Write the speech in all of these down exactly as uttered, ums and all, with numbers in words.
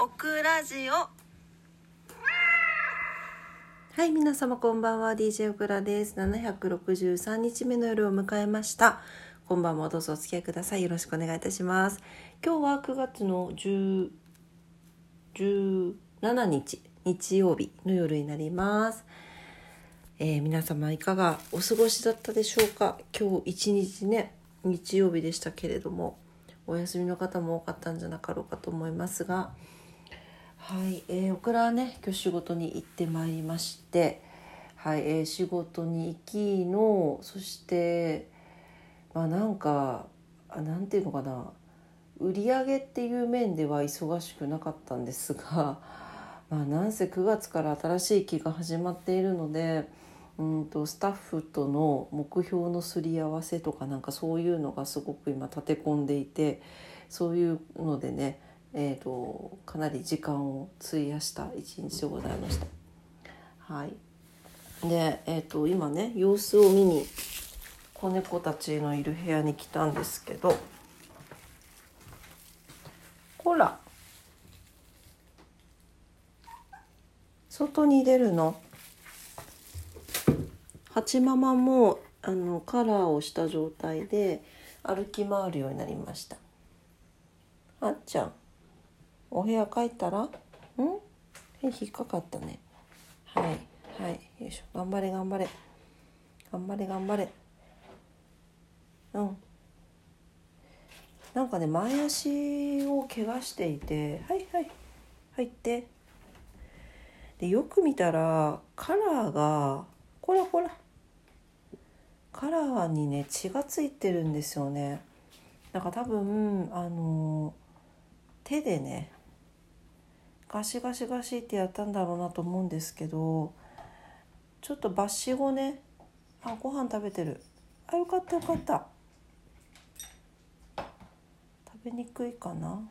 オクラジオ。 はい、皆様こんばんは。 ディージェー オクラです。ななひゃくろくじゅうさんにちめの夜を迎えました。こんばんもどうぞお付き合いください。よろしくお願いいたします。今日はくがつのじゅう、じゅうしちにち日曜日の夜になります。えー、皆様いかがお過ごしだったでしょうか。今日一日ね、日曜日でしたけれども、お休みの方も多かったんじゃなかろうかと思いますが、はい、えー、オクラはね、今日仕事に行ってまいりまして、はい、えー、仕事に行きの、そしてまあなんかあなんていうのかな、売り上げっていう面では忙しくなかったんですが、まあなんせくがつから新しい期が始まっているので、うんとスタッフとの目標のすり合わせとかなんかそういうのがすごく今立て込んでいて、そういうのでね、えーとかなり時間を費やした一日でございました。はい。で、えーと今ね、様子を見に子猫たちのいる部屋に来たんですけど、ほら、外に出るの。ハチママもあのカラーをした状態で歩き回るようになりました。あっちゃん、お部屋帰ったらん？引っかかったね。はいはい、よいしょ、頑張れ頑張れ頑張れ頑張れ。うん。なんかね、前足を怪我していて、はいはい入って。でよく見たらカラーがこらこらカラーにね血がついてるんですよね。なんか多分あの手でねガシガシガシってやったんだろうなと思うんですけど、ちょっと抜歯後ね、あ、ご飯食べてる。あ、よかったよかった。食べにくいかな。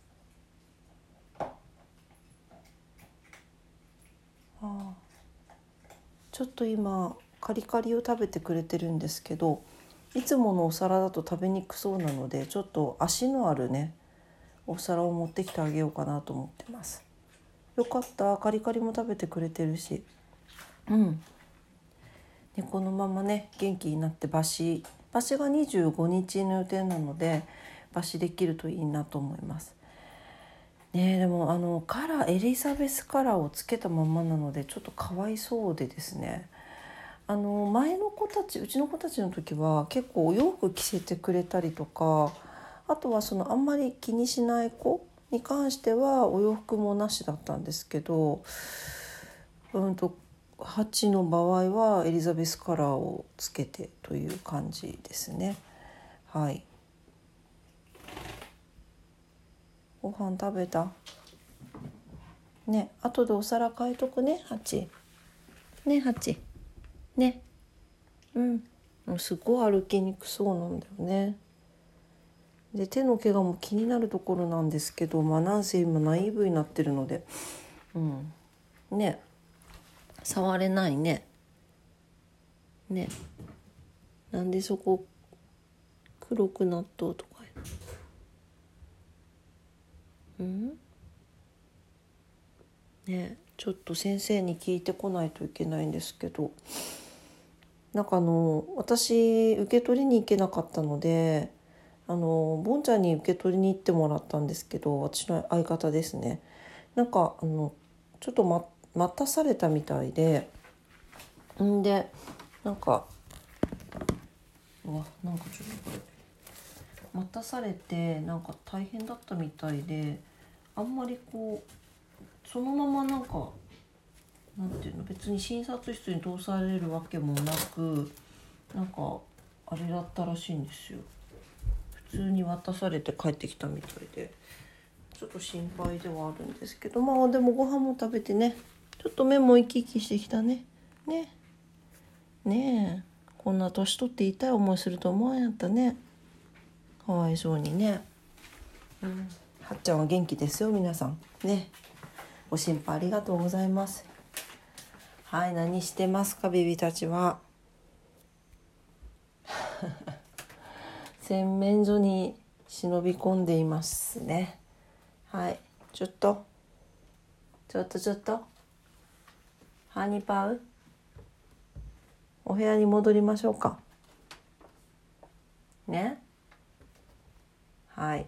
あ、ちょっと今カリカリを食べてくれてるんですけど、いつものお皿だと食べにくそうなので、ちょっと足のあるねお皿を持ってきてあげようかなと思ってます。よかった、カリカリも食べてくれてるし、うんでこのままね元気になって抜歯抜歯がにじゅうごにちの予定なので、抜歯できるといいなと思いますね。でもあのカラーエリザベスカラーをつけたままなのでちょっとかわいそうでですね、あの前の子たち、うちの子たちの時は結構お洋服着せてくれたりとか、あとはそのあんまり気にしない子に関してはお洋服もなしだったんですけど、うんとハチの場合はエリザベスカラーをつけてという感じですね。はい。ご飯食べた？ね、後でお皿変えとくね、ハチ。ね、ハチ。ね。うん。もうすごい歩きにくそうなんだよね。で手の怪我も気になるところなんですけど、まあなんせ今ナイーブになってるので、うんね、触れないね。ね、なんでそこ黒くなっとうとか。うんね、ちょっと先生に聞いてこないといけないんですけど、なんかあの私受け取りに行けなかったので、あのボンちゃんに受け取りに行ってもらったんですけど、私の相方ですね、なんかあのちょっと、ま、待たされたみたいで、んでなんかうわなんかちょっとこれ待たされてなんか大変だったみたいで、あんまりこうそのままなんかなんていうの、別に診察室に通されるわけもなく、なんかあれだったらしいんですよ。普通に渡されて帰ってきたみたいで、ちょっと心配ではあるんですけど、まあでもご飯も食べてね、ちょっと目も生き生きしてきたね。ねねえ、こんな年取って痛い思いすると思わんやったね。かわいそうにね。うん、はっちゃんは元気ですよ皆さんね。ご心配ありがとうございます。はい、何してますかベビーたちは。洗面所に忍び込んでいますね。はい、ちょっとちょっとちょっとハニパウ、お部屋に戻りましょうかね。はい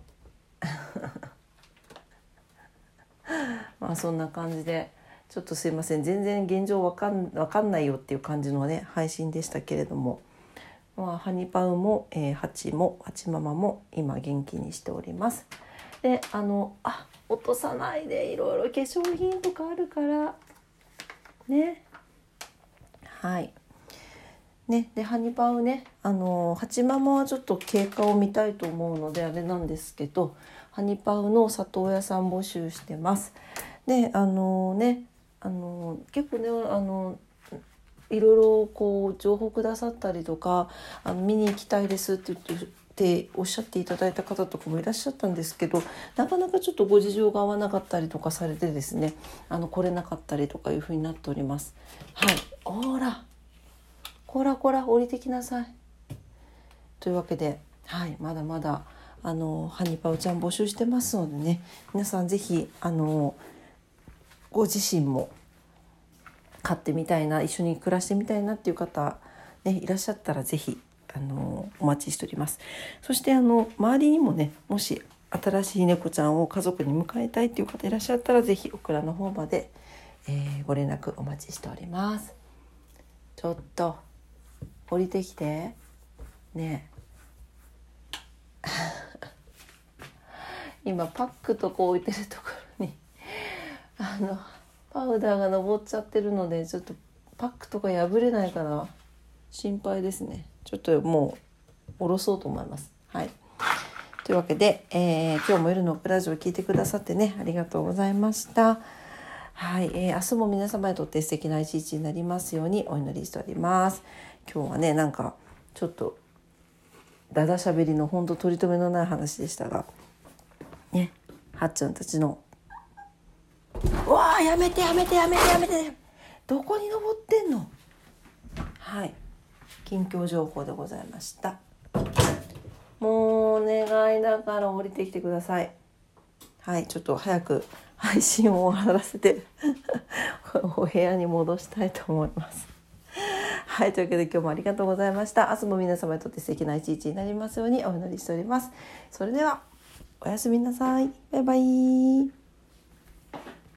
まあそんな感じでちょっとすいません、全然現状わかん、わかんないよっていう感じのね配信でしたけれども、まあ、ハニパウも、えー、ハチもハチママも今元気にしております。で、あのあ落とさないで、いろいろ化粧品とかあるからね。はいね、でハニパウね、あのハチママはちょっと経過を見たいと思うのであれなんですけど、ハニパウの里親さん募集してます。で、あのね、あの結構ね、あのいろいろこう情報くださったりとか、あの見に行きたいですって言ってっておっしゃっていただいた方とかもいらっしゃったんですけど、なかなかちょっとご事情が合わなかったりとかされてですね、あの来れなかったりとかいう風になっております。はい、ほらこらこら降りてきなさいというわけで、はい、まだまだあのハニパウちゃん募集してますのでね、皆さんぜひあのご自身も飼ってみたいな、一緒に暮らしてみたいなっていう方、ね、いらっしゃったらぜひあのお待ちしております。そしてあの周りにもね、もし新しい猫ちゃんを家族に迎えたいっていう方いらっしゃったら、ぜひオクラの方まで、えー、ご連絡お待ちしております。ちょっと降りてきてねえ今パックとこう置いてるところにあのパウダーが登っちゃってるので、ちょっとパックとか破れないかな、心配ですね。ちょっともう下ろそうと思います。はい、というわけで、えー、今日も夜のオクラジオを聞いてくださってね、ありがとうございました。はい、えー、明日も皆様にとって素敵な一日になりますようにお祈りしております。今日はね、なんかちょっとだだしゃべりのほんと取り留めのない話でしたがね、はっちゃんたちのうわーやめてやめてやめてやめて、どこに登ってんの。はい、近況情報でございました。もうお願いだから降りてきてください。はい、ちょっと早く配信を終わらせてお部屋に戻したいと思います。はい、というわけで今日もありがとうございました。明日も皆様にとって素敵な一日になりますようにお祈りしております。それではおやすみなさい。バイバイ。